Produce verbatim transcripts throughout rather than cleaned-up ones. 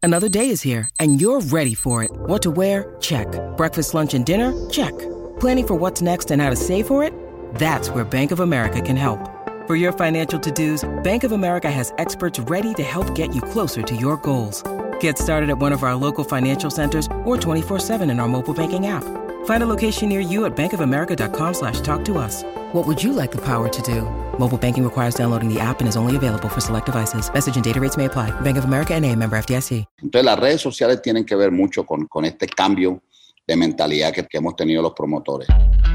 Another day is here, and you're ready for it. What to wear? Check. Breakfast, lunch, and dinner? Check. Planning for what's next and how to save for it? That's where Bank of America can help. For your financial to-dos, Bank of America has experts ready to help get you closer to your goals. Get started at one of our local financial centers or twenty-four seven in our mobile banking app. Find a location near you at bankofamerica.com slash talk to us. What would you like the power to do? Mobile banking requires downloading the app and is only available for select devices. Message and data rates may apply. Bank of America N A, member F D I C. Entonces las redes sociales tienen que ver mucho con, con este cambio de mentalidad que, que hemos tenido los promotores.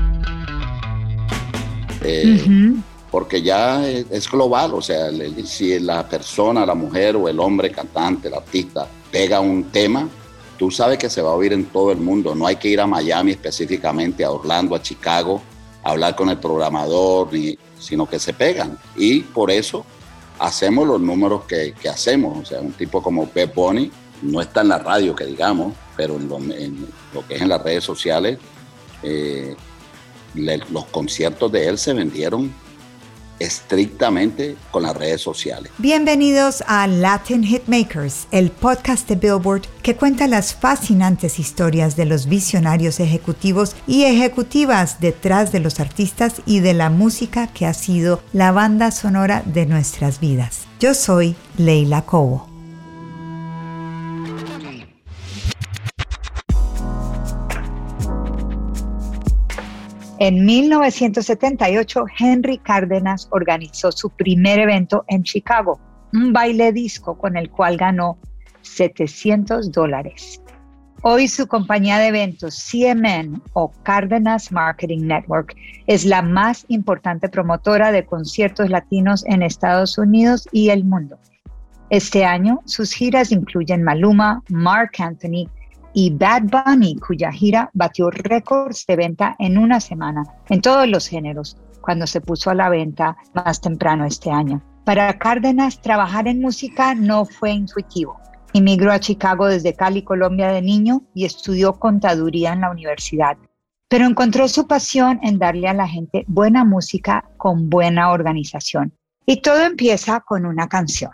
Eh, uh-huh. Porque ya es, es global, o sea, le, si la persona, la mujer o el hombre cantante, el artista, pega un tema, tú sabes que se va a oír en todo el mundo. No hay que ir a Miami específicamente, a Orlando, a Chicago, a hablar con el programador, ni, sino que se pegan. Y por eso hacemos los números que, que hacemos. O sea, un tipo como Bad Bunny no está en la radio, que digamos, pero en lo, en lo que es en las redes sociales, eh, le, los conciertos de él se vendieron estrictamente con las redes sociales. Bienvenidos a Latin Hitmakers, el podcast de Billboard que cuenta las fascinantes historias de los visionarios ejecutivos y ejecutivas detrás de los artistas y de la música que ha sido la banda sonora de nuestras vidas. Yo soy Leila Cobo. En mil novecientos setenta y ocho, Henry Cárdenas organizó su primer evento en Chicago, un baile disco con el cual ganó setecientos dólares. Hoy su compañía de eventos C M N o Cárdenas Marketing Network es la más importante promotora de conciertos latinos en Estados Unidos y el mundo. Este año, sus giras incluyen Maluma, Marc Anthony y Bad Bunny, cuya gira batió récords de venta en una semana en todos los géneros, cuando se puso a la venta más temprano este año. Para Cárdenas, trabajar en música no fue intuitivo. Emigró a Chicago desde Cali, Colombia de niño y estudió contaduría en la universidad. Pero encontró su pasión en darle a la gente buena música con buena organización. Y todo empieza con una canción.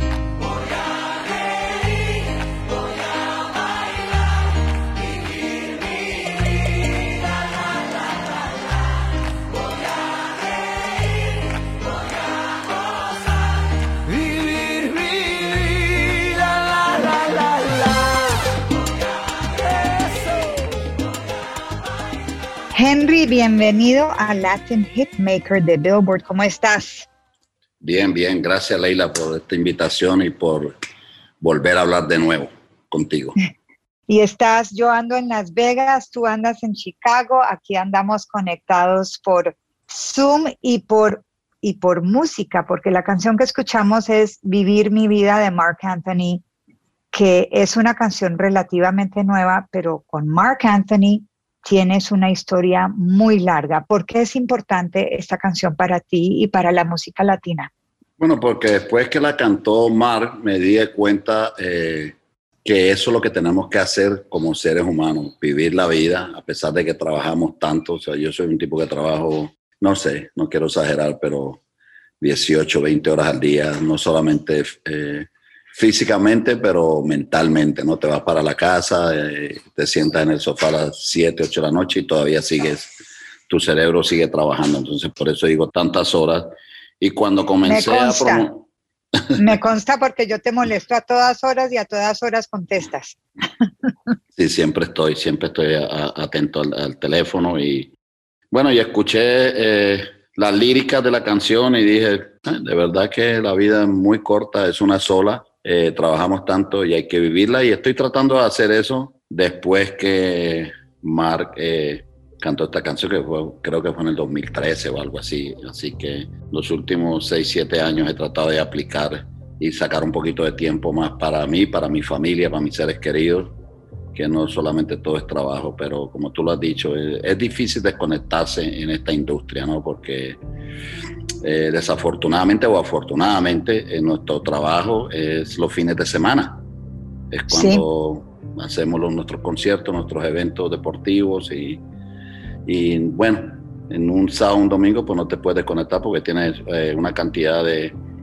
Henry, bienvenido a Latin Hitmaker de Billboard. ¿Cómo estás? Bien, bien. Gracias, Leila, por esta invitación y por volver a hablar de nuevo contigo. Y estás, yo ando en Las Vegas, tú andas en Chicago, aquí andamos conectados por Zoom y por, y por música, porque la canción que escuchamos es Vivir mi vida de Marc Anthony, que es una canción relativamente nueva, pero con Marc Anthony tienes una historia muy larga. ¿Por qué es importante esta canción para ti y para la música latina? Bueno, porque después que la cantó Marc, me di cuenta eh, que eso es lo que tenemos que hacer como seres humanos, vivir la vida, a pesar de que trabajamos tanto. O sea, yo soy un tipo que trabajo, no sé, no quiero exagerar, pero dieciocho, veinte horas al día, no solamente eh, físicamente, pero mentalmente, ¿no? Te vas para la casa, eh, te sientas en el sofá a las siete, ocho de la noche y todavía sigues, tu cerebro sigue trabajando. Entonces, por eso digo tantas horas. Y cuando comencé Me a consta, me consta porque yo te molesto a todas horas y a todas horas contestas. Sí, siempre estoy, siempre estoy a, a, atento al, al teléfono. Y bueno, y escuché eh, las líricas de la canción y dije, eh, de verdad que la vida es muy corta, es una sola. Eh, trabajamos tanto y hay que vivirla, y estoy tratando de hacer eso después que Marc eh, cantó esta canción, que fue, creo que fue en el dos mil trece o algo así. Así que los últimos seis, siete años he tratado de aplicar y sacar un poquito de tiempo más para mí, para mi familia, para mis seres queridos, que no solamente todo es trabajo, pero como tú lo has dicho, es, es difícil desconectarse en esta industria, ¿no? Porque Eh, desafortunadamente o afortunadamente, en nuestro trabajo es los fines de semana. Es cuando sí. hacemos los, nuestros conciertos, nuestros eventos deportivos y, y bueno, en un sábado, un domingo, pues no te puedes conectar porque tienes eh, una cantidad de,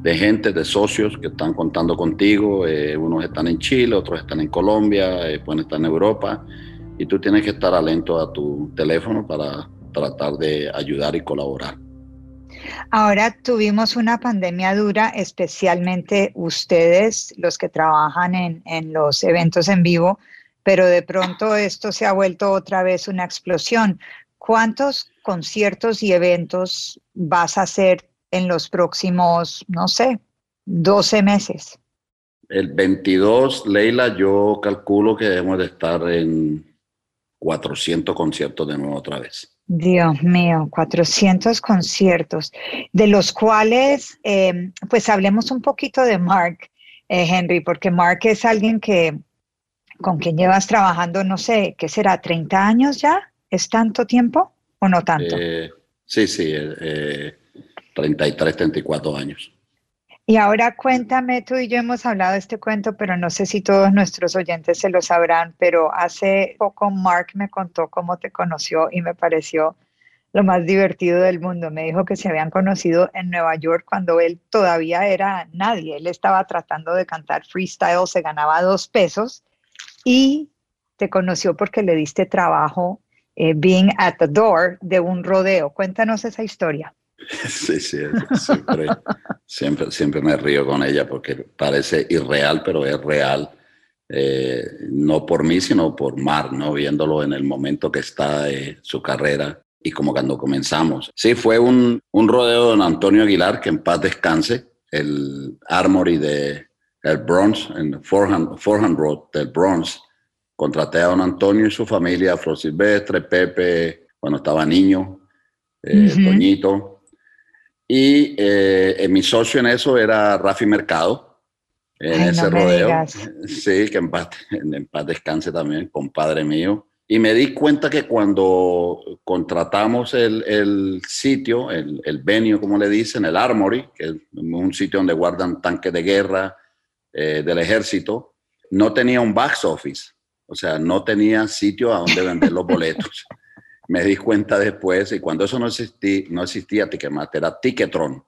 de gente, de socios que están contando contigo. Eh, unos están en Chile, otros están en Colombia, eh, pueden estar en Europa. Y tú tienes que estar atento a tu teléfono para tratar de ayudar y colaborar. Ahora tuvimos una pandemia dura, especialmente ustedes, los que trabajan en, en los eventos en vivo, pero de pronto esto se ha vuelto otra vez una explosión. ¿Cuántos conciertos y eventos vas a hacer en los próximos, no sé, doce meses? El veintidós, Leila, yo calculo que debemos de estar en cuatrocientos conciertos de nuevo otra vez. Dios mío, cuatrocientos conciertos, de los cuales, eh, pues hablemos un poquito de Mark, eh, Henry, porque Mark es alguien que, con quien llevas trabajando, no sé, ¿qué será? ¿treinta años ya? ¿Es tanto tiempo o no tanto? Eh, sí, sí, eh, treinta y tres, treinta y cuatro años. Y ahora cuéntame, tú y yo hemos hablado de este cuento, pero no sé si todos nuestros oyentes se lo sabrán, pero hace poco Mark me contó cómo te conoció y me pareció lo más divertido del mundo. Me dijo que se habían conocido en Nueva York cuando él todavía era nadie. Él estaba tratando de cantar freestyle, se ganaba dos pesos y te conoció porque le diste trabajo eh, being at the door de un rodeo. Cuéntanos esa historia. Sí, sí, siempre, siempre, siempre me río con ella porque parece irreal, pero es real. Eh, no por mí, sino por Mark, ¿no? Viéndolo en el momento que está eh, su carrera y como cuando comenzamos. Sí, fue un, un rodeo de don Antonio Aguilar, que en paz descanse, el Armory de el Bronx, en Forehand, Forehand Road del Bronx. Contraté a don Antonio y su familia, Flor Silvestre, Pepe, cuando estaba niño, eh, uh-huh. Toñito. Y eh, mi socio en eso era Rafi Mercado, en Ay, ese no rodeo. Me digas. Sí, que en paz, en paz descanse también, compadre mío. Y me di cuenta que cuando contratamos el, el sitio, el, el venue, como le dicen, el Armory, que es un sitio donde guardan tanques de guerra eh, del ejército, no tenía un box office. O sea, no tenía sitio a donde vender los boletos. Me di cuenta después, y cuando eso no existía, no existía Ticketmaster, era Ticketron.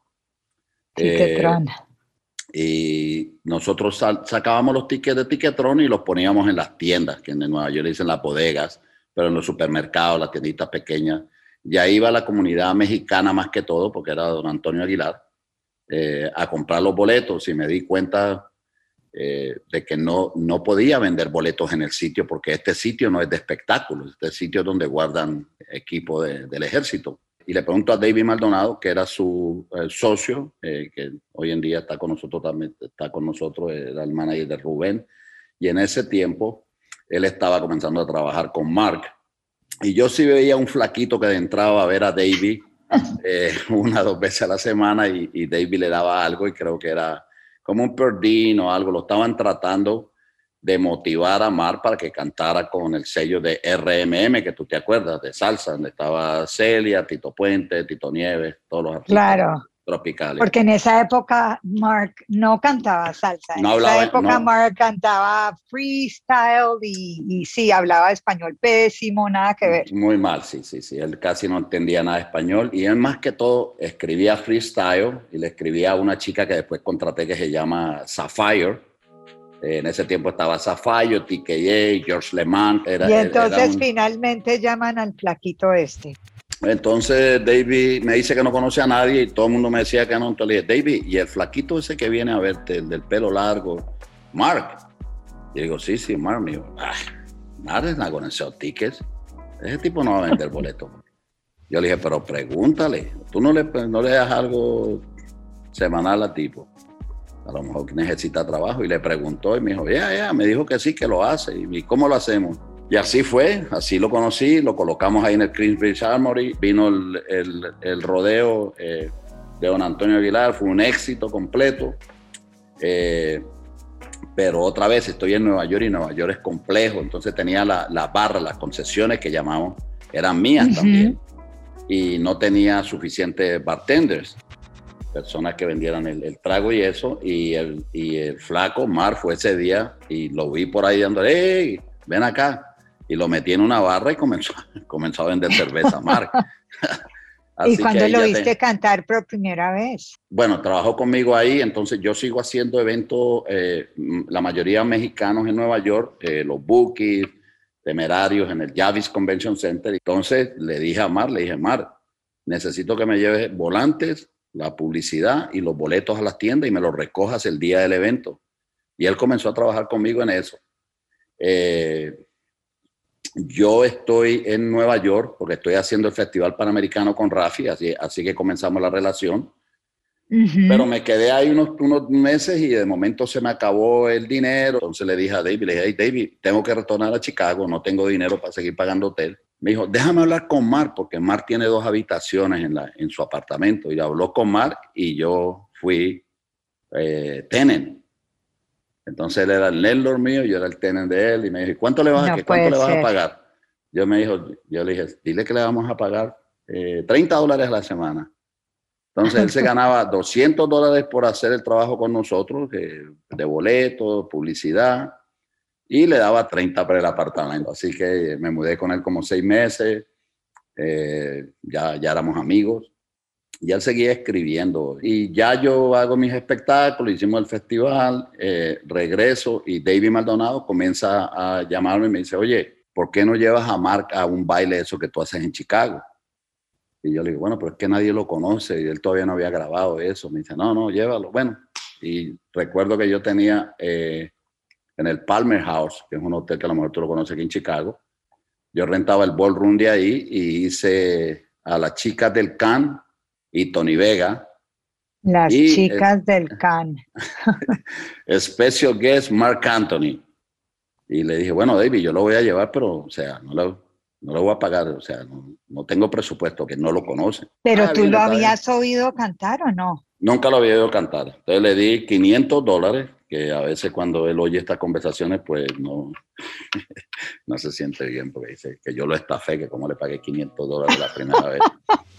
Ticketron. Eh, y nosotros sacábamos los tickets de Ticketron y los poníamos en las tiendas, que en Nueva York le dicen las bodegas, pero en los supermercados, las tienditas pequeñas. Y ahí iba la comunidad mexicana más que todo, porque era don Antonio Aguilar, eh, a comprar los boletos. Y me di cuenta eh, de que no, no podía vender boletos en el sitio, porque este sitio no es de espectáculos, este sitio es donde guardan equipo de, del ejército. Y le pregunto a David Maldonado, que era su eh, socio, eh, que hoy en día está con nosotros también, está con nosotros, era el manager de Rubén. Y en ese tiempo, él estaba comenzando a trabajar con Mark. Y yo sí veía un flaquito que entraba a ver a David eh, una o dos veces a la semana y, y David le daba algo y creo que era como un perdín o algo. Lo estaban tratando de motivar a Mark para que cantara con el sello de R M M, que tú te acuerdas, de salsa, donde estaba Celia, Tito Puente, Tito Nieves, todos los artistas claro, tropicales. Porque en esa época Mark no cantaba salsa, en no esa hablaba, época no. Mark cantaba freestyle y, y sí, hablaba español pésimo, nada que ver. Muy mal, sí, sí, sí, él casi no entendía nada de español y él más que todo escribía freestyle y le escribía a una chica que después contraté que se llama Sapphire. En ese tiempo estaba Sapphire, T K A, George LeMond. Era, y entonces era un... finalmente llaman al flaquito este. Entonces David me dice que no conoce a nadie y todo el mundo me decía que no. Entonces le dije, David, ¿y el flaquito ese que viene a verte, el del pelo largo? Mark. Y digo, sí, sí, Mark. Me dijo, ah, Mark is not gonna sell tickets. Ese tipo no va a vender boletos. Yo le dije, pero pregúntale. Tú no le, no le das algo semanal al tipo. A lo mejor necesita trabajo. Y le preguntó y me dijo, ya, yeah, ya, yeah. Me dijo que sí, que lo hace. ¿Y cómo lo hacemos? Y así fue, así lo conocí, lo colocamos ahí en el Queensbridge Armory, vino el, el, el rodeo eh, de don Antonio Aguilar, fue un éxito completo, eh, pero otra vez estoy en Nueva York y Nueva York es complejo, entonces tenía la, la barra, las concesiones que llamamos, eran mías uh-huh. también, y no tenía suficientes bartenders, personas que vendieran el, el trago y eso, y el, y el flaco Mar fue ese día y lo vi por ahí dando, ¡hey, ven acá! Y lo metí en una barra y comenzó, comenzó a vender cerveza, Mark. ¿Y Así que cuándo ahí lo ya viste te- cantar por primera vez? bueno, trabajó conmigo ahí, entonces yo sigo haciendo eventos, eh, la mayoría mexicanos en Nueva York, eh, los Bookies, Temerarios en el Javis Convention Center. Entonces le dije a Mar, le dije, Mar, necesito que me lleves volantes, la publicidad y los boletos a las tiendas y me los recojas el día del evento. Y él comenzó a trabajar conmigo en eso. Eh, yo estoy en Nueva York porque estoy haciendo el Festival Panamericano con Rafi, así, así que comenzamos la relación. Pero Ujú. me quedé ahí unos, unos meses y de momento se me acabó el dinero. Entonces le dije a David, le dije, hey David, tengo que retornar a Chicago, no tengo dinero para seguir pagando hotel. Me dijo, déjame hablar con Mark, porque Mark tiene dos habitaciones en, la, en su apartamento. Y habló con Mark y yo fui eh, tenant. Entonces él era el landlord mío, yo era el tenant de él. Y me dijo, ¿cuánto le vas a, No qué, cuánto puede le vas a ser. pagar? Yo me dijo, yo le dije, dile que le vamos a pagar eh, treinta dólares a la semana. Entonces él se ganaba doscientos dólares por hacer el trabajo con nosotros, que, de boletos, publicidad, y le daba treinta por el apartamento. Así que me mudé con él como seis meses, eh, ya, ya éramos amigos, y él seguía escribiendo. Y ya yo hago mis espectáculos, hicimos el festival, eh, regreso, y David Maldonado comienza a llamarme y me dice, oye, ¿por qué no llevas a Mark a un baile eso que tú haces en Chicago? Y yo le digo, bueno, pero es que nadie lo conoce y él todavía no había grabado eso. Me dice, no, no, llévalo. Bueno, y recuerdo que yo tenía eh, en el Palmer House, que es un hotel que a lo mejor tú lo conoces aquí en Chicago, yo rentaba el ballroom de ahí y hice a las chicas del Can y Tony Vega Las y eh, chicas del Can. special guest Mark Anthony. Y le dije, bueno, David, yo lo voy a llevar, pero, o sea, no lo, no lo voy a pagar, o sea, no, no tengo presupuesto, que no lo conocen. ¿Pero Ah, tú bien, lo está bien. habías oído cantar o no? Nunca lo había oído cantar. Entonces le di quinientos dólares, que a veces cuando él oye estas conversaciones, pues no, no se siente bien, porque dice que yo lo estafé, que como le pagué quinientos dólares la primera vez.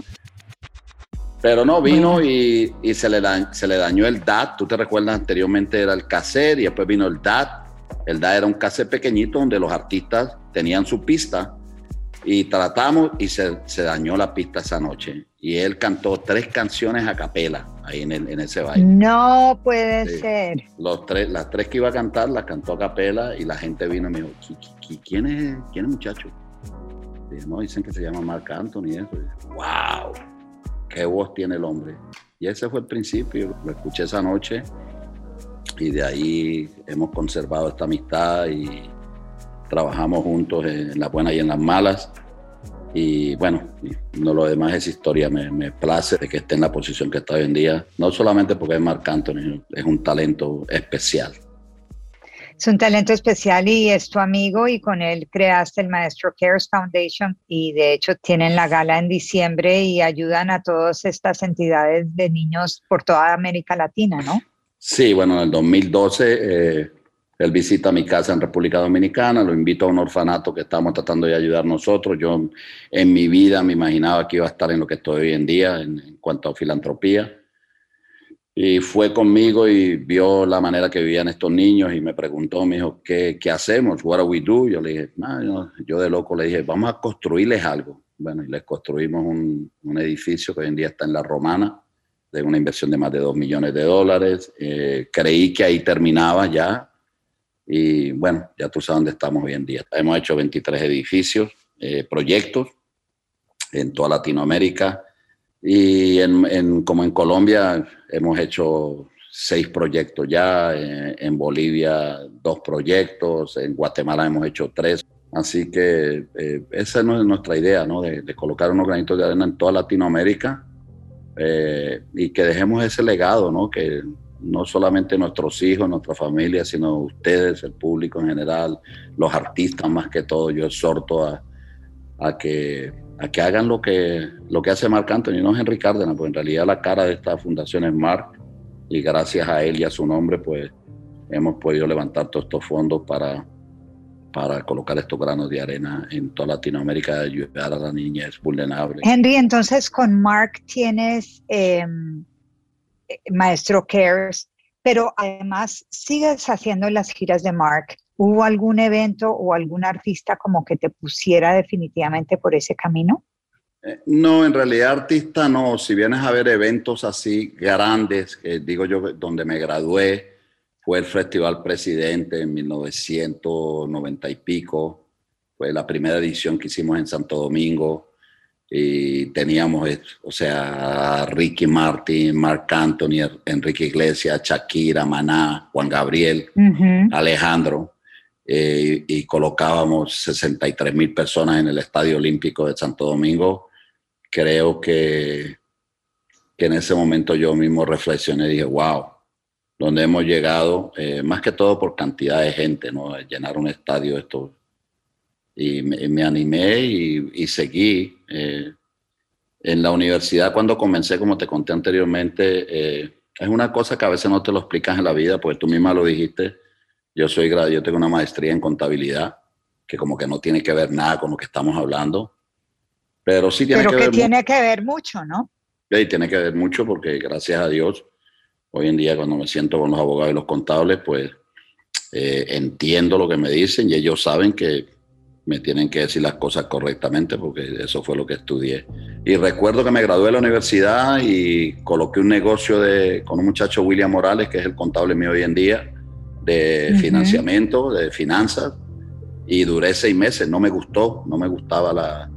Pero no, vino Bueno, y, y se, le da, se le dañó el D A T. Tú te recuerdas, anteriormente era el cassette y después vino el D A T. El D A T era un cassette pequeñito donde los artistas tenían su pista y tratamos y se, se dañó la pista esa noche. Y él cantó tres canciones a capela ahí en, el, en ese baile. no puede Sí. ser. Los tres, las tres que iba a cantar las cantó a capela y la gente vino y me dijo, ¿quién es, quién es muchacho? Y dije, no, dicen que se llama Marc Anthony y eso. Y dije, wow, qué voz tiene el hombre. Y ese fue el principio, lo escuché esa noche y de ahí hemos conservado esta amistad y trabajamos juntos en las buenas y en las malas. Y bueno, no, lo demás es historia. Me, me place de que esté en la posición que está hoy en día, no solamente porque es Marc Anthony, es un talento especial. Es un talento especial y es tu amigo y con él creaste el Maestro Cares Foundation y de hecho tienen la gala en diciembre y ayudan a todas estas entidades de niños por toda América Latina, ¿no? Sí, bueno, en el dos mil doce eh, él visita mi casa en República Dominicana, lo invito a un orfanato que estamos tratando de ayudar nosotros. Yo en mi vida me imaginaba que iba a estar en lo que estoy hoy en día en, en cuanto a filantropía. Y fue conmigo y vio la manera que vivían estos niños y me preguntó, me dijo, ¿qué, qué hacemos? What do we do? Yo le dije, no, yo, yo de loco le dije, vamos a construirles algo. Bueno, y les construimos un, un edificio que hoy en día está en La Romana, de una inversión de más de dos millones de dólares. Eh, creí que ahí terminaba ya. Y bueno, ya tú sabes dónde estamos hoy en día. Hemos hecho veintitrés edificios, eh, proyectos en toda Latinoamérica. Y en, en, como en Colombia hemos hecho seis proyectos ya, en, en Bolivia dos proyectos, en Guatemala hemos hecho tres. Así que eh, esa es nuestra idea, ¿no? De, de colocar unos granitos de arena en toda Latinoamérica eh, y que dejemos ese legado, ¿no? Que no solamente nuestros hijos, nuestra familia, sino ustedes, el público en general, los artistas más que todo. Yo exhorto a, a que a que hagan lo que, lo que hace Marc Anthony, no es Henry Cárdenas, porque en realidad la cara de esta fundación es Marc, y gracias a él y a su nombre, pues hemos podido levantar todos estos fondos para, para colocar estos granos de arena en toda Latinoamérica, ayudar a la niñez vulnerable. Henry, entonces con Marc tienes eh, Maestro Cares, pero además sigues haciendo las giras de Marc. ¿Hubo algún evento o algún artista como que te pusiera definitivamente por ese camino? Eh, no, en realidad artista no. Si vienes a ver eventos así grandes, que digo yo, donde me gradué, fue el Festival Presidente en mil novecientos noventa y pico. Fue la primera edición que hicimos en Santo Domingo. Y teníamos, o sea, Ricky Martin, Marc Anthony, Enrique Iglesias, Shakira, Maná, Juan Gabriel, uh-huh. Alejandro. Eh, y colocábamos sesenta y tres mil personas en el Estadio Olímpico de Santo Domingo. Creo que, que en ese momento yo mismo reflexioné y dije, wow, donde hemos llegado, eh, más que todo por cantidad de gente, ¿no? Llenar un estadio, esto. Y me, me animé y, y seguí. Eh, en la universidad, cuando comencé, como te conté anteriormente, eh, es una cosa que a veces no te lo explicas en la vida, pues tú misma lo dijiste. Yo soy yo tengo una maestría en contabilidad, que como que no tiene que ver nada con lo que estamos hablando, pero sí tiene pero que, que ver tiene mucho. que ver mucho, ¿no? Sí, tiene que ver mucho porque gracias a Dios, hoy en día cuando me siento con los abogados y los contables, pues eh, entiendo lo que me dicen y ellos saben que me tienen que decir las cosas correctamente porque eso fue lo que estudié. Y recuerdo que me gradué de la universidad y coloqué un negocio de, con un muchacho, William Morales, que es el contable mío hoy en día, de uh-huh. financiamiento, de finanzas, y duré seis meses. No me gustó, no me gustaba la...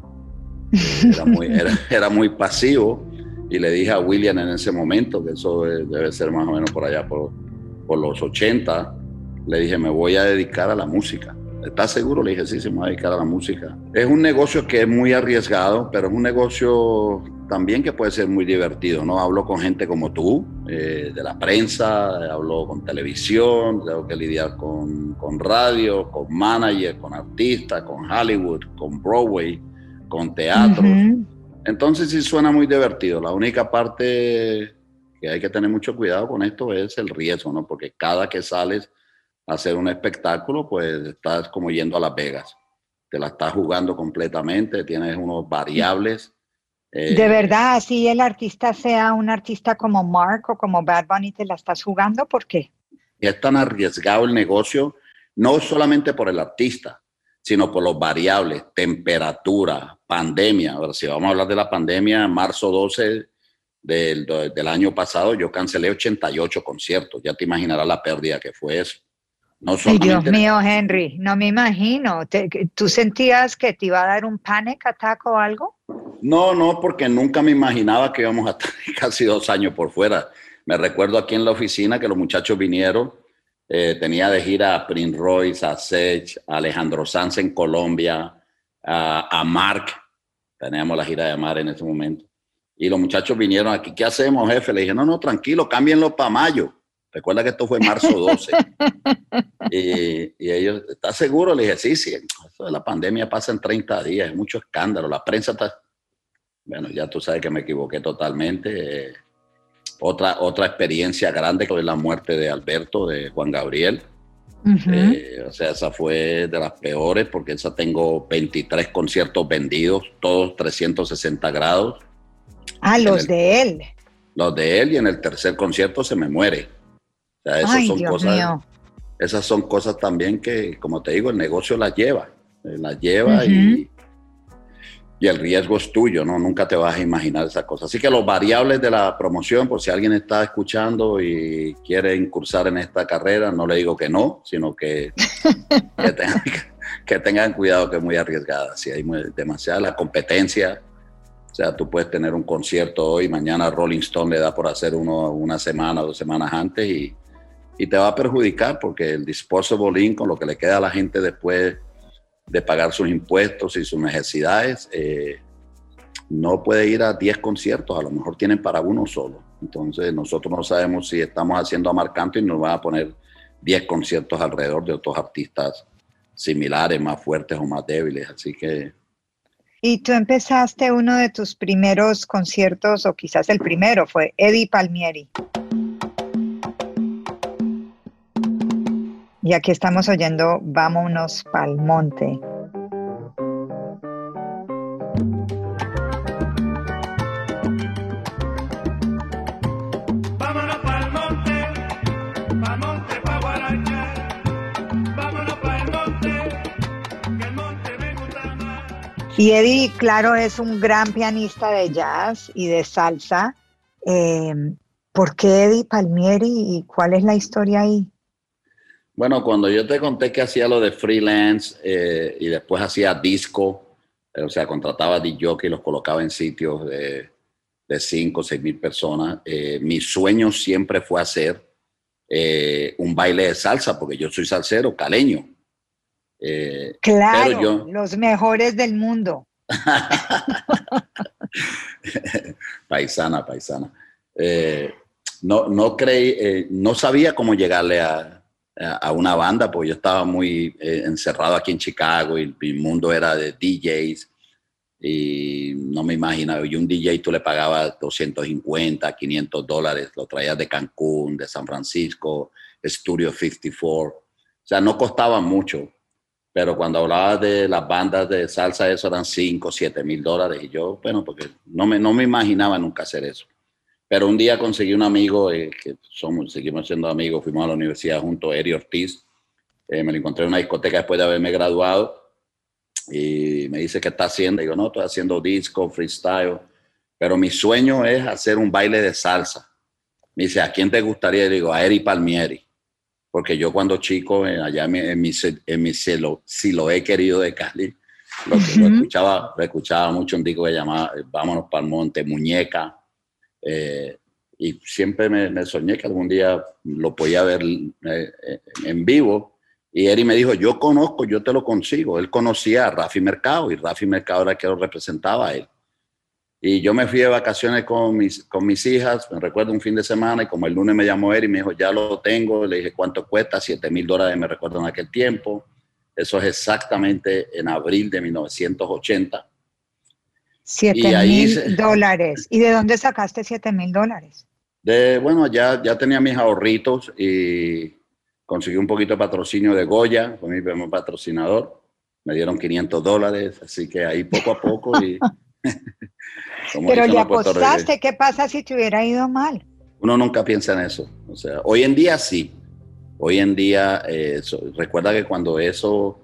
Era muy, era, era muy pasivo, y le dije a William en ese momento, que eso debe ser más o menos por allá, por, por los ochenta, le dije, me voy a dedicar a la música. ¿Estás seguro? Le dije, sí, sí, me voy a dedicar a la música. Es un negocio que es muy arriesgado, pero es un negocio también que puede ser muy divertido, ¿no? Hablo con gente como tú, eh, de la prensa, hablo con televisión, tengo que lidiar con, con radio, con manager, con artistas, con Hollywood, con Broadway, con teatros. Uh-huh. Entonces sí suena muy divertido. La única parte que hay que tener mucho cuidado con esto es el riesgo, ¿no? Porque cada que sales hacer un espectáculo, pues estás como yendo a Las Vegas. Te la estás jugando completamente, tienes unos variables. Eh, ¿De verdad, así el artista sea un artista como Mark o como Bad Bunny, te la estás jugando? ¿Por qué? Es tan arriesgado el negocio, no solamente por el artista, sino por los variables, temperatura, pandemia. Ahora, si vamos a hablar de la pandemia, marzo doce del, del año pasado, yo cancelé ochenta y ocho conciertos. Ya te imaginarás la pérdida que fue eso. No Ay, Dios mío, Henry, no me imagino. ¿Te, ¿Tú sentías que te iba a dar un panic attack o algo? No, no, porque nunca me imaginaba que íbamos a estar casi dos años por fuera. Me recuerdo aquí en la oficina que los muchachos vinieron, eh, tenía de gira a Prince Royce, a Sech, a Alejandro Sanz en Colombia, a, a Mark, teníamos la gira de Mark en ese momento. Y los muchachos vinieron aquí, ¿qué hacemos, jefe? Le dije, no, no, tranquilo, cámbienlo para mayo. Recuerda que esto fue marzo doce. y, y ellos, ¿estás seguro? Le dije, sí, sí, esto de la pandemia pasa en treinta días, es mucho escándalo. La prensa está... Bueno, ya tú sabes que me equivoqué totalmente. Eh, otra, otra experiencia grande fue la muerte de Alberto, de Juan Gabriel. Uh-huh. eh, o sea, esa fue de las peores porque esa tengo veintitrés conciertos vendidos, todos trescientos sesenta grados. Ah, los el, de él. Los de él, y en el tercer concierto se me muere. O sea, esas Ay, son Dios cosas, mío. Esas son cosas también que, como te digo, el negocio las lleva, las lleva uh-huh. y, y el riesgo es tuyo, ¿no? Nunca te vas a imaginar esas cosas. Así que los variables de la promoción, por si alguien está escuchando y quiere incursar en esta carrera, no le digo que no, sino que, que, tengan, que tengan cuidado, que es muy arriesgada. Si hay muy, demasiada la competencia. O sea, tú puedes tener un concierto hoy, mañana Rolling Stone le da por hacer uno una semana, dos semanas antes y, y te va a perjudicar porque el disposable income, lo que le queda a la gente después de pagar sus impuestos y sus necesidades, eh, no puede ir a diez conciertos, a lo mejor tienen para uno solo. Entonces nosotros no sabemos si estamos haciendo a Marc Anthony y nos van a poner diez conciertos alrededor de otros artistas similares, más fuertes o más débiles, así que... Y tú empezaste uno de tus primeros conciertos, o quizás el primero, fue Eddie Palmieri. Y aquí estamos oyendo Vámonos pa'l Monte. Vámonos pa'l monte, pa'l monte pa' guarachar. Vámonos pa'l monte, que el monte me gusta más. Y Eddie, claro, es un gran pianista de jazz y de salsa. Eh, ¿Por qué Eddie Palmieri y cuál es la historia ahí? Bueno, cuando yo te conté que hacía lo de freelance eh, y después hacía disco, eh, o sea, contrataba a D J y los colocaba en sitios de, de cinco o seis mil personas, eh, mi sueño siempre fue hacer eh, un baile de salsa, porque yo soy salsero, caleño. Eh, Claro, pero yo, los mejores del mundo. paisana, paisana. Eh, no, no creí, eh, no sabía cómo llegarle a, a, a una banda, porque yo estaba muy eh, encerrado aquí en Chicago y mi mundo era de D Js y no me imaginaba. Y un D J tú le pagabas doscientos cincuenta, quinientos dólares, lo traías de Cancún, de San Francisco, Studio cincuenta y cuatro. O sea, no costaba mucho. Pero cuando hablaba de las bandas de salsa, eso eran cinco, siete mil dólares. Y yo, bueno, porque no me, no me imaginaba nunca hacer eso. Pero un día conseguí un amigo, eh, que somos, seguimos siendo amigos, fuimos a la universidad junto, Eri Ortiz. Eh, me lo encontré en una discoteca después de haberme graduado. Y me dice, ¿qué está haciendo? Digo, no, estoy haciendo disco, freestyle. Pero mi sueño es hacer un baile de salsa. Me dice, ¿a quién te gustaría? Y digo, a Eddie Palmieri. Porque yo cuando chico, eh, allá en mi, en mi, en mi Silo, Siloé querido de Cali, lo, que, uh-huh. lo, escuchaba, lo escuchaba mucho un disco que llamaba Vámonos para el Monte, Muñeca. Eh, y siempre me, me soñé que algún día lo podía ver eh, en vivo. Y Eri me dijo, yo conozco, yo te lo consigo. Él conocía a Rafi Mercado y Rafi Mercado era el que lo representaba a él. Y yo me fui de vacaciones con mis, con mis hijas, me recuerdo un fin de semana, y como el lunes me llamó Eri y me dijo, ya lo tengo, le dije, ¿cuánto cuesta? siete mil dólares, me recuerdo en aquel tiempo. Eso es exactamente en abril de mil novecientos ochenta. siete mil dólares. ¿Y de dónde sacaste siete mil dólares? De, bueno, ya, ya tenía mis ahorritos y conseguí un poquito de patrocinio de Goya, fue mi primer patrocinador. Me dieron quinientos dólares, así que ahí poco a poco y... Pero le apostaste, ¿qué pasa si te hubiera ido mal? Uno nunca piensa en eso. O sea, hoy en día sí. Hoy en día, eh, so, recuerda que cuando eso,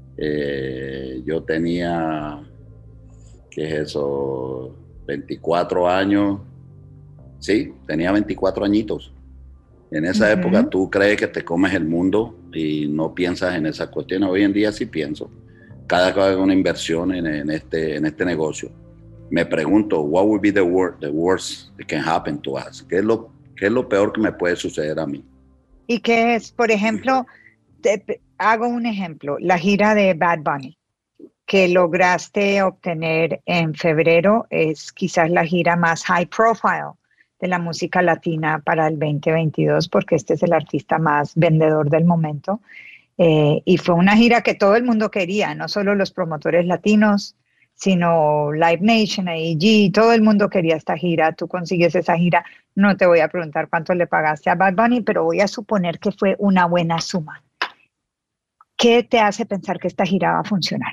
eh, yo tenía, ¿qué es eso? veinticuatro años. Sí, tenía veinticuatro añitos. En esa uh-huh. época tú crees que te comes el mundo y no piensas en esas cuestiones. Hoy en día sí pienso. Cada vez que hago una inversión en, en, este, en este negocio, me pregunto, what would be the worst, the worst that can happen to us? ¿Qué es lo, qué es lo peor que me puede suceder a mí? ¿Y qué es, por ejemplo, te, hago un ejemplo, la gira de Bad Bunny, que lograste obtener en febrero, es quizás la gira más high profile de la música latina para el veinte veintidós, porque este es el artista más vendedor del momento. Eh, y fue una gira que todo el mundo quería, no solo los promotores latinos, sino Live Nation, A E G, todo el mundo quería esta gira. Tú consigues esa gira. No te voy a preguntar cuánto le pagaste a Bad Bunny, pero voy a suponer que fue una buena suma. ¿Qué te hace pensar que esta gira va a funcionar?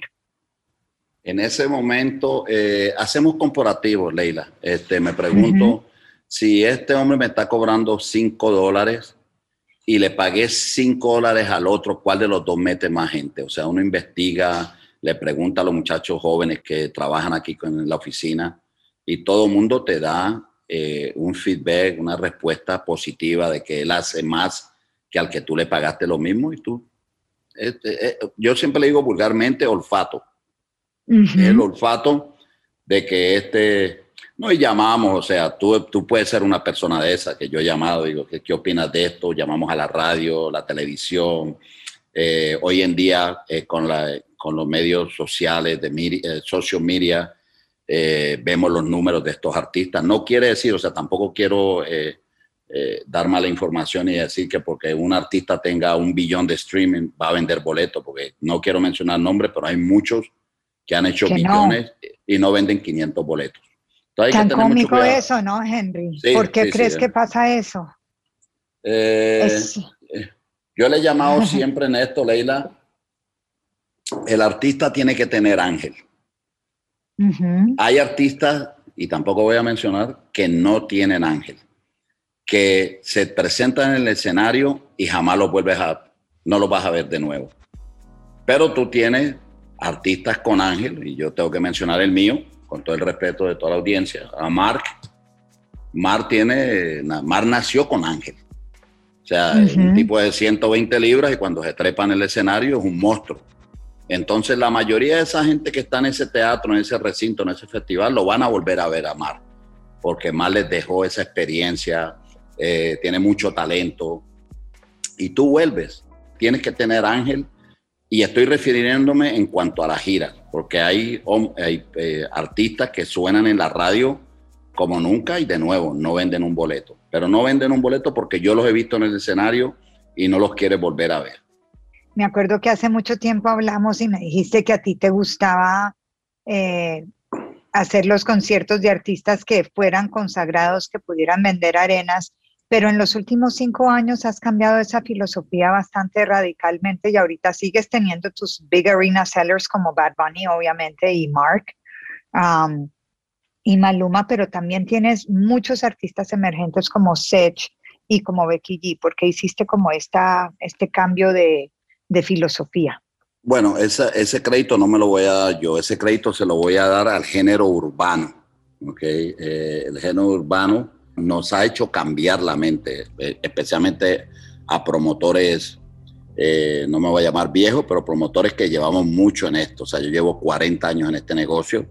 En ese momento, eh, hacemos comparativos, Leila. Este, me pregunto, uh-huh. si este hombre me está cobrando cinco dólares y le pagué cinco dólares al otro, ¿cuál de los dos mete más gente? O sea, uno investiga, le pregunta a los muchachos jóvenes que trabajan aquí en la oficina y todo el mundo te da eh, un feedback, una respuesta positiva de que él hace más que al que tú le pagaste lo mismo. Y tú, este, eh, yo siempre le digo vulgarmente olfato. Uh-huh. El olfato de que este, no, y llamamos, o sea, tú, tú puedes ser una persona de esa que yo he llamado, digo, ¿qué, qué opinas de esto? Llamamos a la radio, la televisión, eh, hoy en día eh, con, la, con los medios sociales, de media, eh, social media, eh, vemos los números de estos artistas. No quiere decir, o sea, tampoco quiero eh, eh, dar mala información y decir que porque un artista tenga un billón de streaming va a vender boletos, porque no quiero mencionar nombres, pero hay muchos que han hecho que billones no. y no venden quinientos boletos. Entonces, tan cómico eso, ¿no, Henry? Sí, ¿por qué sí, crees sí, que pasa eso? Eh, es... Yo le he llamado siempre en esto, Leila, el artista tiene que tener ángel. Uh-huh. Hay artistas, y tampoco voy a mencionar, que no tienen ángel, que se presentan en el escenario y jamás los vuelves a, no los vas a ver de nuevo. Pero tú tienes artistas con Ángel, y yo tengo que mencionar el mío, con todo el respeto de toda la audiencia, a Mark. Mark tiene, Mark nació con Ángel. O sea, uh-huh. un tipo de ciento veinte libras y cuando se trepa en el escenario es un monstruo. Entonces la mayoría de esa gente que está en ese teatro, en ese recinto, en ese festival, lo van a volver a ver a Mark, porque Mark les dejó esa experiencia, eh, tiene mucho talento. Y tú vuelves, tienes que tener Ángel, y estoy refiriéndome en cuanto a la gira, porque hay, hay eh, artistas que suenan en la radio como nunca y de nuevo no venden un boleto, pero no venden un boleto porque yo los he visto en el escenario y no los quiere volver a ver. Me acuerdo que hace mucho tiempo hablamos y me dijiste que a ti te gustaba eh, hacer los conciertos de artistas que fueran consagrados, que pudieran vender arenas, pero en los últimos cinco años has cambiado esa filosofía bastante radicalmente y ahorita sigues teniendo tus big arena sellers como Bad Bunny, obviamente, y Mark um, y Maluma, pero también tienes muchos artistas emergentes como Sech y como Becky G. ¿Por qué hiciste como esta, este cambio de, de filosofía? Bueno, ese, ese crédito no me lo voy a dar yo, ese crédito se lo voy a dar al género urbano, ¿okay? Eh, el género urbano nos ha hecho cambiar la mente, eh, especialmente a promotores, eh, no me voy a llamar viejos, pero promotores que llevamos mucho en esto. O sea, yo llevo cuarenta años en este negocio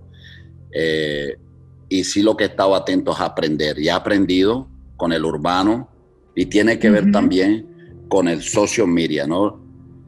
eh, y sí lo que he estado atento es a aprender. Y he aprendido con el urbano y tiene que uh-huh. ver también con el social media, ¿no?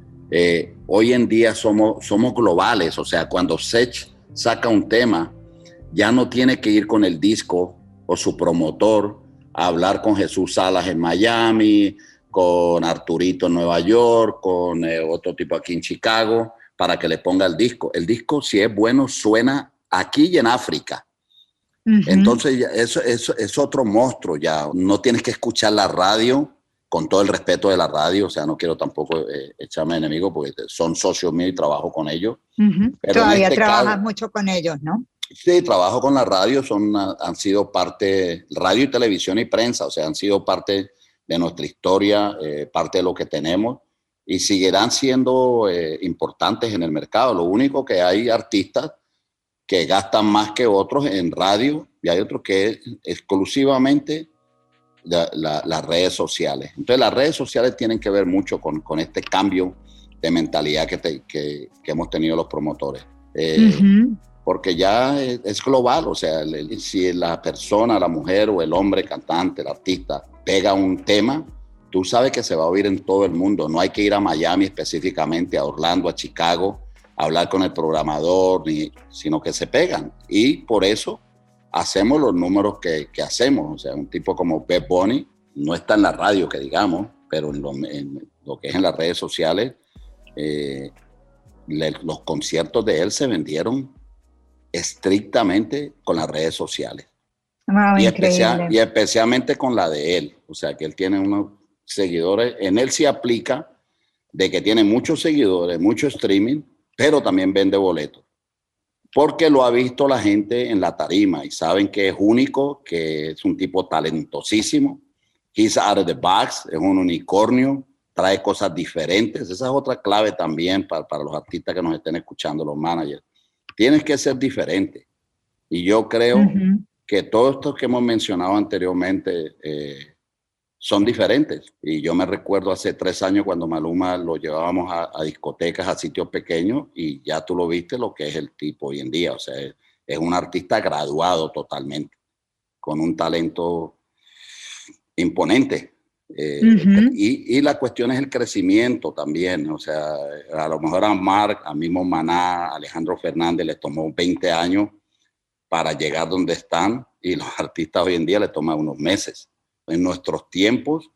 Eh, hoy en día somos, somos globales, o sea, cuando Sech saca un tema, ya no tiene que ir con el disco o su promotor a hablar con Jesús Salas en Miami, con Arturito en Nueva York, con eh, otro tipo aquí en Chicago, para que le ponga el disco. El disco, si es bueno, suena aquí y en África. Uh-huh. Entonces, ya, eso, eso es otro monstruo ya. No tienes que escuchar la radio, con todo el respeto de la radio, o sea, no quiero tampoco eh, echarme enemigo, porque son socios míos y trabajo con ellos. Uh-huh. Pero todavía este trabajas caso, mucho con ellos, ¿no? Sí, trabajo con la radio, son, han sido parte, radio y televisión y prensa, o sea, han sido parte de nuestra historia, eh, parte de lo que tenemos y seguirán siendo eh, importantes en el mercado. Lo único que hay artistas que gastan más que otros en radio y hay otros que es exclusivamente la, la, las redes sociales. Entonces las redes sociales tienen que ver mucho con, con este cambio de mentalidad que, te, que, que hemos tenido los promotores. Eh, uh-huh. Porque ya es, es global, o sea, el, si la persona, la mujer o el hombre cantante, el artista, pega un tema, tú sabes que se va a oír en todo el mundo. No hay que ir a Miami específicamente, a Orlando, a Chicago, a hablar con el programador, ni, sino que se pegan. Y por eso hacemos los números que, que hacemos. O sea, un tipo como Bad Bunny no está en la radio, que digamos, pero en lo, en lo que es en las redes sociales, eh, le, los conciertos de él se vendieron estrictamente con las redes sociales. Wow, y, especial, y especialmente con la de él. O sea, que él tiene unos seguidores. En él sí aplica de que tiene muchos seguidores, mucho streaming, pero también vende boletos. Porque lo ha visto la gente en la tarima y saben que es único, que es un tipo talentosísimo. He's out of the box, es un unicornio, trae cosas diferentes. Esa es otra clave también para, para los artistas que nos estén escuchando, los managers. Tienes que ser diferente. Y yo creo uh-huh. que todos estos que hemos mencionado anteriormente eh, son diferentes. Y yo me recuerdo hace tres años cuando Maluma lo llevábamos a, a discotecas, a sitios pequeños, y ya tú lo viste lo que es el tipo hoy en día. O sea, es, es un artista graduado totalmente, con un talento imponente. Eh, uh-huh. y, y la cuestión es el crecimiento también, o sea, a lo mejor a Mark, a mismo Maná, a Alejandro Fernández les tomó veinte años para llegar donde están y los artistas hoy en día les toman unos meses. En nuestros tiempos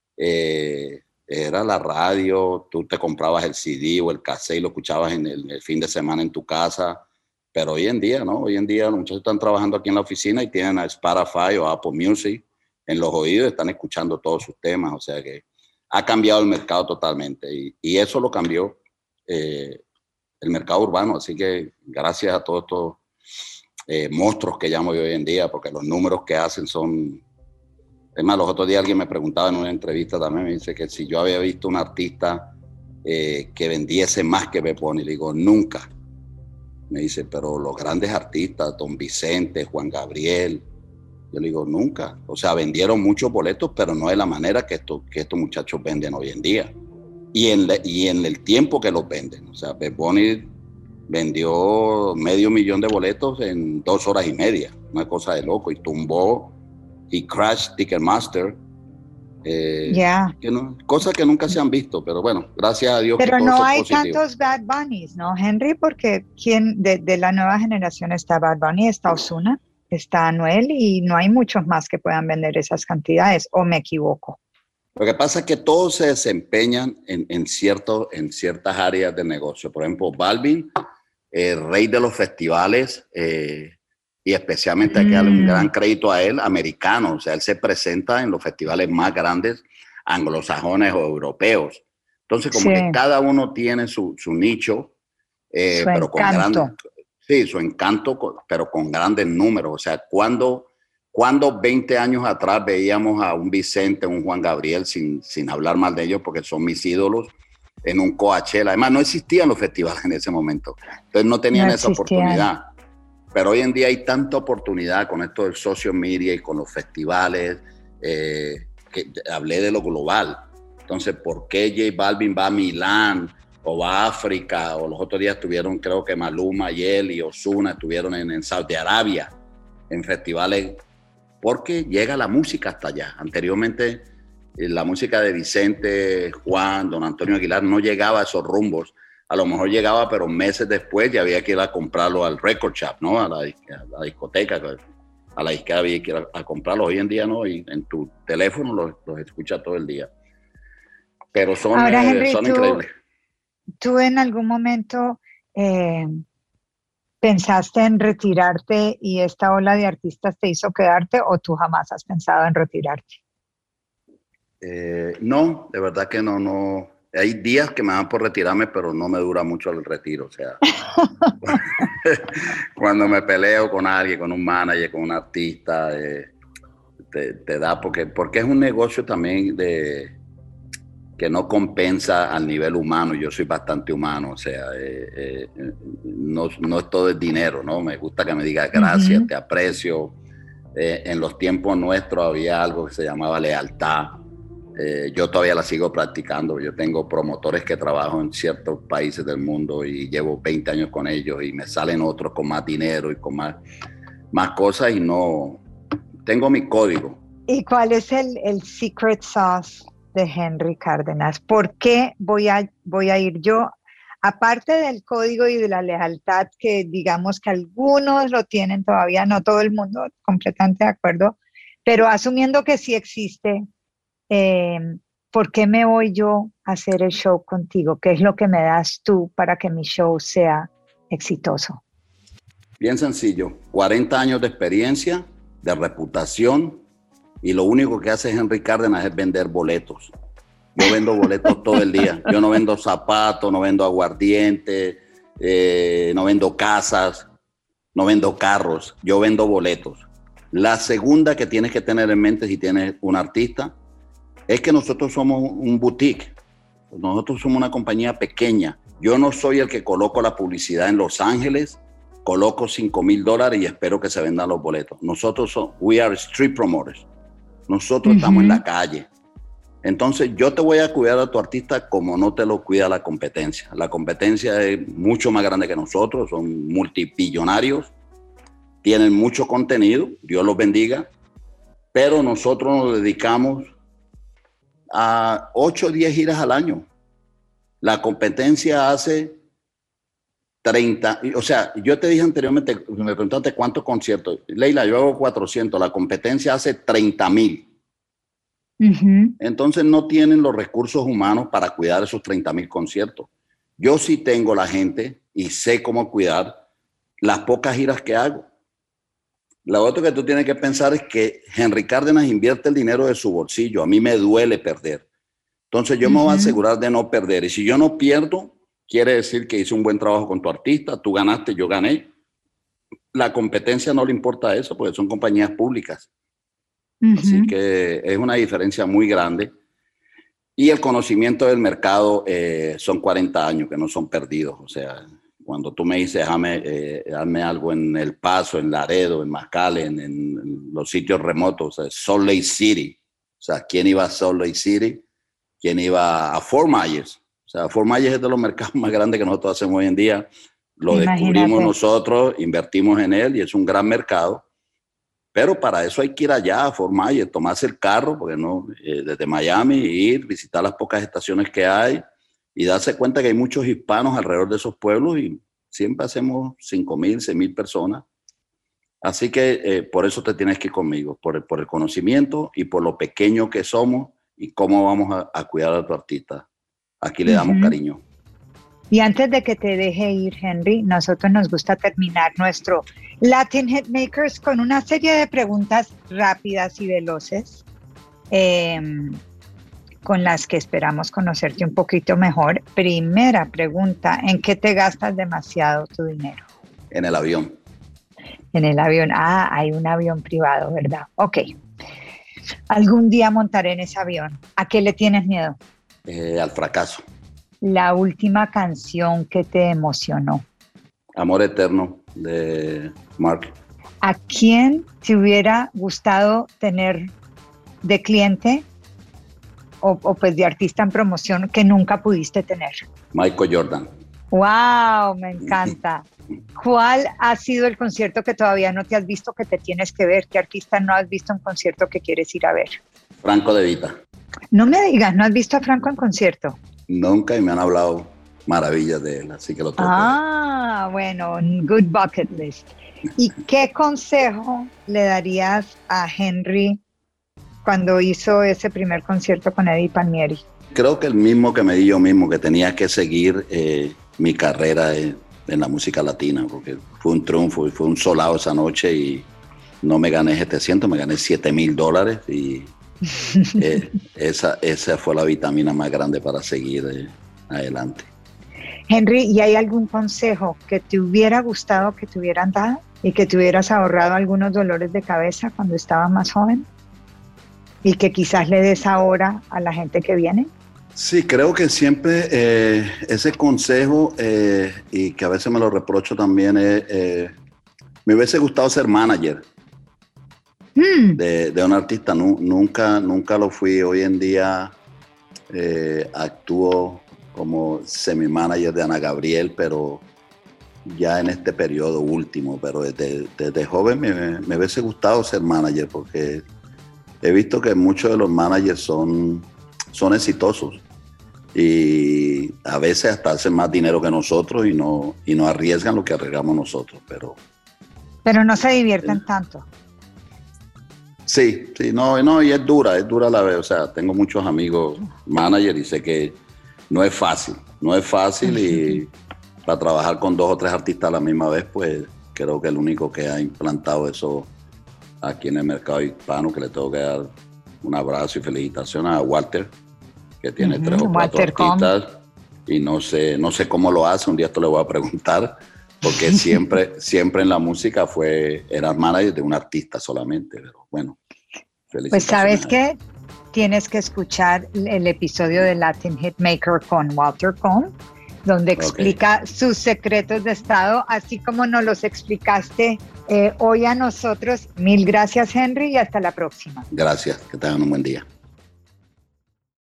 eh, era la radio, tú te comprabas el C D o el cassette y lo escuchabas en el, el fin de semana en tu casa, pero hoy en día, ¿no? Hoy en día los muchachos están trabajando aquí en la oficina y tienen a Spotify o Apple Music en los oídos, están escuchando todos sus temas, o sea que ha cambiado el mercado totalmente y, y eso lo cambió eh, el mercado urbano, así que gracias a todos estos eh, monstruos que llamo yo hoy en día, porque los números que hacen son... Es más, los otros días alguien me preguntaba en una entrevista también, me dice que si yo había visto un artista eh, que vendiese más que Bad Bunny, le digo, nunca, Me dice, pero los grandes artistas, Don Vicente, Juan Gabriel. Yo le digo, nunca. O sea, vendieron muchos boletos, pero no de la manera que, esto, que estos muchachos venden hoy en día. Y en, le, y en el tiempo que los venden. O sea, Bad Bunny vendió medio millón de boletos en dos horas y media. Una cosa de loco. Y tumbó y Crash Ticketmaster. Eh, yeah. que no, cosas que nunca se han visto, pero bueno, gracias a Dios. Pero que todo no hay positivo. tantos Bad Bunnies, ¿no, Henry? Porque ¿quién de, de la nueva generación está Bad Bunny, está Ozuna, está Anuel y no hay muchos más que puedan vender esas cantidades, ¿o me equivoco? Lo que pasa es que todos se desempeñan en, en, cierto, en ciertas áreas del negocio. Por ejemplo, Balvin, el rey de los festivales, eh, y especialmente hay que darle un gran crédito a él, americano. O sea, él se presenta en los festivales más grandes, anglosajones o europeos. Entonces, como sí. que cada uno tiene su, su nicho, eh, su pero encanto. con grandes, sí, su encanto, pero con grandes números. O sea, cuando, cuando veinte años atrás veíamos a un Vicente, un Juan Gabriel, sin, sin hablar mal de ellos, porque son mis ídolos, en un Coachella. Además, no existían los festivales en ese momento. Entonces, no tenían no esa oportunidad. Pero hoy en día hay tanta oportunidad con esto del social media y con los festivales, eh, que hablé de lo global. Entonces, ¿por qué J Balvin va a Milán o va a África? O los otros días estuvieron, creo que Maluma y él y Ozuna estuvieron en, en Saudi Arabia, en festivales, porque llega la música hasta allá. Anteriormente, eh, la música de Vicente, Juan, Don Antonio Aguilar no llegaba a esos rumbos. A lo mejor llegaba, pero meses después ya había que ir a comprarlo al record shop, ¿no? A la, a la discoteca, a la disquera había que ir a, a comprarlo. Hoy en día, ¿no? Y en tu teléfono los, los escuchas todo el día. Pero son, Ahora, eh, Henry, son tú, increíbles. ¿Tú en algún momento eh, pensaste en retirarte y esta ola de artistas te hizo quedarte o tú jamás has pensado en retirarte? Eh, no, de verdad que no, no. Hay días que me dan por retirarme, pero no me dura mucho el retiro. O sea, cuando me peleo con alguien, con un manager, con un artista, eh, te, te da, porque, porque es un negocio también de, que no compensa al nivel humano. Yo soy bastante humano, o sea, eh, eh, no, no es todo el dinero, ¿no? Me gusta que me digas gracias, uh-huh. te aprecio. Eh, en los tiempos nuestros había algo que se llamaba lealtad. Eh, yo todavía la sigo practicando. Yo tengo promotores que trabajo en ciertos países del mundo y llevo veinte años con ellos y me salen otros con más dinero y con más, más cosas y no... Tengo mi código. ¿Y cuál es el, el secret sauce de Henry Cárdenas? ¿Por qué voy a, voy a ir yo? Aparte del código y de la lealtad, que digamos que algunos lo tienen todavía, no todo el mundo, completamente de acuerdo, pero asumiendo que sí existe... Eh, ¿por qué me voy yo a hacer el show contigo? ¿Qué es lo que me das tú para que mi show sea exitoso? Bien sencillo, cuarenta años de experiencia, de reputación, y lo único que hace Henry Cárdenas es vender boletos. Yo vendo boletos todo el día. Yo no vendo zapatos, no vendo aguardiente, eh, no vendo casas, no vendo carros. Yo vendo boletos. La segunda que tienes que tener en mente si tienes un artista es que nosotros somos un boutique, nosotros somos una compañía pequeña. Yo no soy el que coloco la publicidad en Los Ángeles, coloco cinco mil dólares y espero que se vendan los boletos. Nosotros somos, we are street promoters. Nosotros uh-huh. estamos en la calle. Entonces yo te voy a cuidar a tu artista como no te lo cuida la competencia. La competencia es mucho más grande que nosotros, son multibillonarios, tienen mucho contenido, Dios los bendiga, pero nosotros nos dedicamos a ocho o diez giras al año. La competencia hace treinta, o sea, yo te dije anteriormente, me preguntaste cuántos conciertos. Leila, yo hago cuatrocientos, la competencia hace treinta mil. Uh-huh. Entonces no tienen los recursos humanos para cuidar esos treinta mil conciertos. Yo sí tengo la gente y sé cómo cuidar las pocas giras que hago. Lo otro que tú tienes que pensar es que Henry Cárdenas invierte el dinero de su bolsillo. A mí me duele perder. Entonces yo uh-huh. me voy a asegurar de no perder. Y si yo no pierdo, quiere decir que hice un buen trabajo con tu artista. Tú ganaste, yo gané. La competencia no le importa eso porque son compañías públicas. Uh-huh. Así que es una diferencia muy grande. Y el conocimiento del mercado eh, son cuarenta años que no son perdidos. O sea, cuando tú me dices, déjame, eh, dame algo en El Paso, en Laredo, en McAllen, en, en los sitios remotos, o sea, Salt Lake City. O sea, ¿quién iba a Salt Lake City? ¿Quién iba a Fort Myers? O sea, Fort Myers es de los mercados más grandes que nosotros hacemos hoy en día. Lo Imagínate. Descubrimos nosotros, invertimos en él y es un gran mercado. Pero para eso hay que ir allá a Fort Myers, tomarse el carro, porque no, eh, desde Miami, ir, visitar las pocas estaciones que hay y darse cuenta que hay muchos hispanos alrededor de esos pueblos y siempre hacemos cinco mil, seis mil personas. Así que eh, por eso te tienes que ir conmigo, por el, por el conocimiento y por lo pequeño que somos y cómo vamos a, a cuidar a tu artista. Aquí le damos uh-huh. cariño. Y antes de que te deje ir, Henry, nosotros nos gusta terminar nuestro Latin Hitmakers con una serie de preguntas rápidas y veloces, eh, con las que esperamos conocerte un poquito mejor. Primera pregunta, ¿en qué te gastas demasiado tu dinero? En el avión. En el avión. Ah, hay un avión privado, ¿verdad? Ok. Algún día montaré en ese avión. ¿A qué le tienes miedo? Eh, al fracaso. La última canción que te emocionó. Amor Eterno, de Mark. ¿A quién te hubiera gustado tener de cliente o, o pues de artista en promoción que nunca pudiste tener? Michael Jordan. ¡Wow! Me encanta. ¿Cuál ha sido el concierto que todavía no te has visto que te tienes que ver? ¿Qué artista no has visto en concierto que quieres ir a ver? Franco De Vita. No me digas, ¿no has visto a Franco en concierto? Nunca, y me han hablado maravillas de él, así que lo tengo. Ah, bueno, good bucket list. ¿Y qué consejo le darías a Henry cuando hizo ese primer concierto con Eddie Palmieri? Creo que el mismo que me di yo mismo, que tenía que seguir eh, mi carrera en, en la música latina, porque fue un triunfo y fue un solado esa noche y no me gané setecientos, me gané siete mil dólares y eh, esa, esa fue la vitamina más grande para seguir eh, adelante. Henry, ¿y hay algún consejo que te hubiera gustado que te hubieran dado y que te hubieras ahorrado algunos dolores de cabeza cuando estabas más joven y que quizás le des ahora a la gente que viene? Sí, creo que siempre eh, ese consejo eh, y que a veces me lo reprocho también es, eh, me hubiese gustado ser manager mm. de, de un artista. Nu, nunca, nunca lo fui. Hoy en día eh, actúo como semi-manager de Ana Gabriel, pero ya en este periodo último, pero desde, desde joven me, me hubiese gustado ser manager porque he visto que muchos de los managers son, son exitosos y a veces hasta hacen más dinero que nosotros y no, y no arriesgan lo que arriesgamos nosotros, pero... Pero no se divierten eh, tanto. Sí, sí, no, no, y es dura, es dura la vez, o sea, tengo muchos amigos managers y sé que no es fácil, no es fácil y para trabajar con dos o tres artistas a la misma vez, pues creo que el único que ha implantado eso aquí en el mercado hispano, que le tengo que dar un abrazo y felicitaciones a Walter, que tiene uh-huh, tres o cuatro Walter artistas Com. Y no sé, no sé cómo lo hace, un día esto le voy a preguntar, porque siempre, siempre en la música fue, era manager de un artista solamente, pero bueno, felicitaciones. Pues sabes que tienes que escuchar el episodio de Latin Hitmaker con Walter Com, donde explica okay. sus secretos de estado, así como nos los explicaste eh, hoy a nosotros. Mil gracias, Henry, y hasta la próxima. Gracias, que tengan un buen día.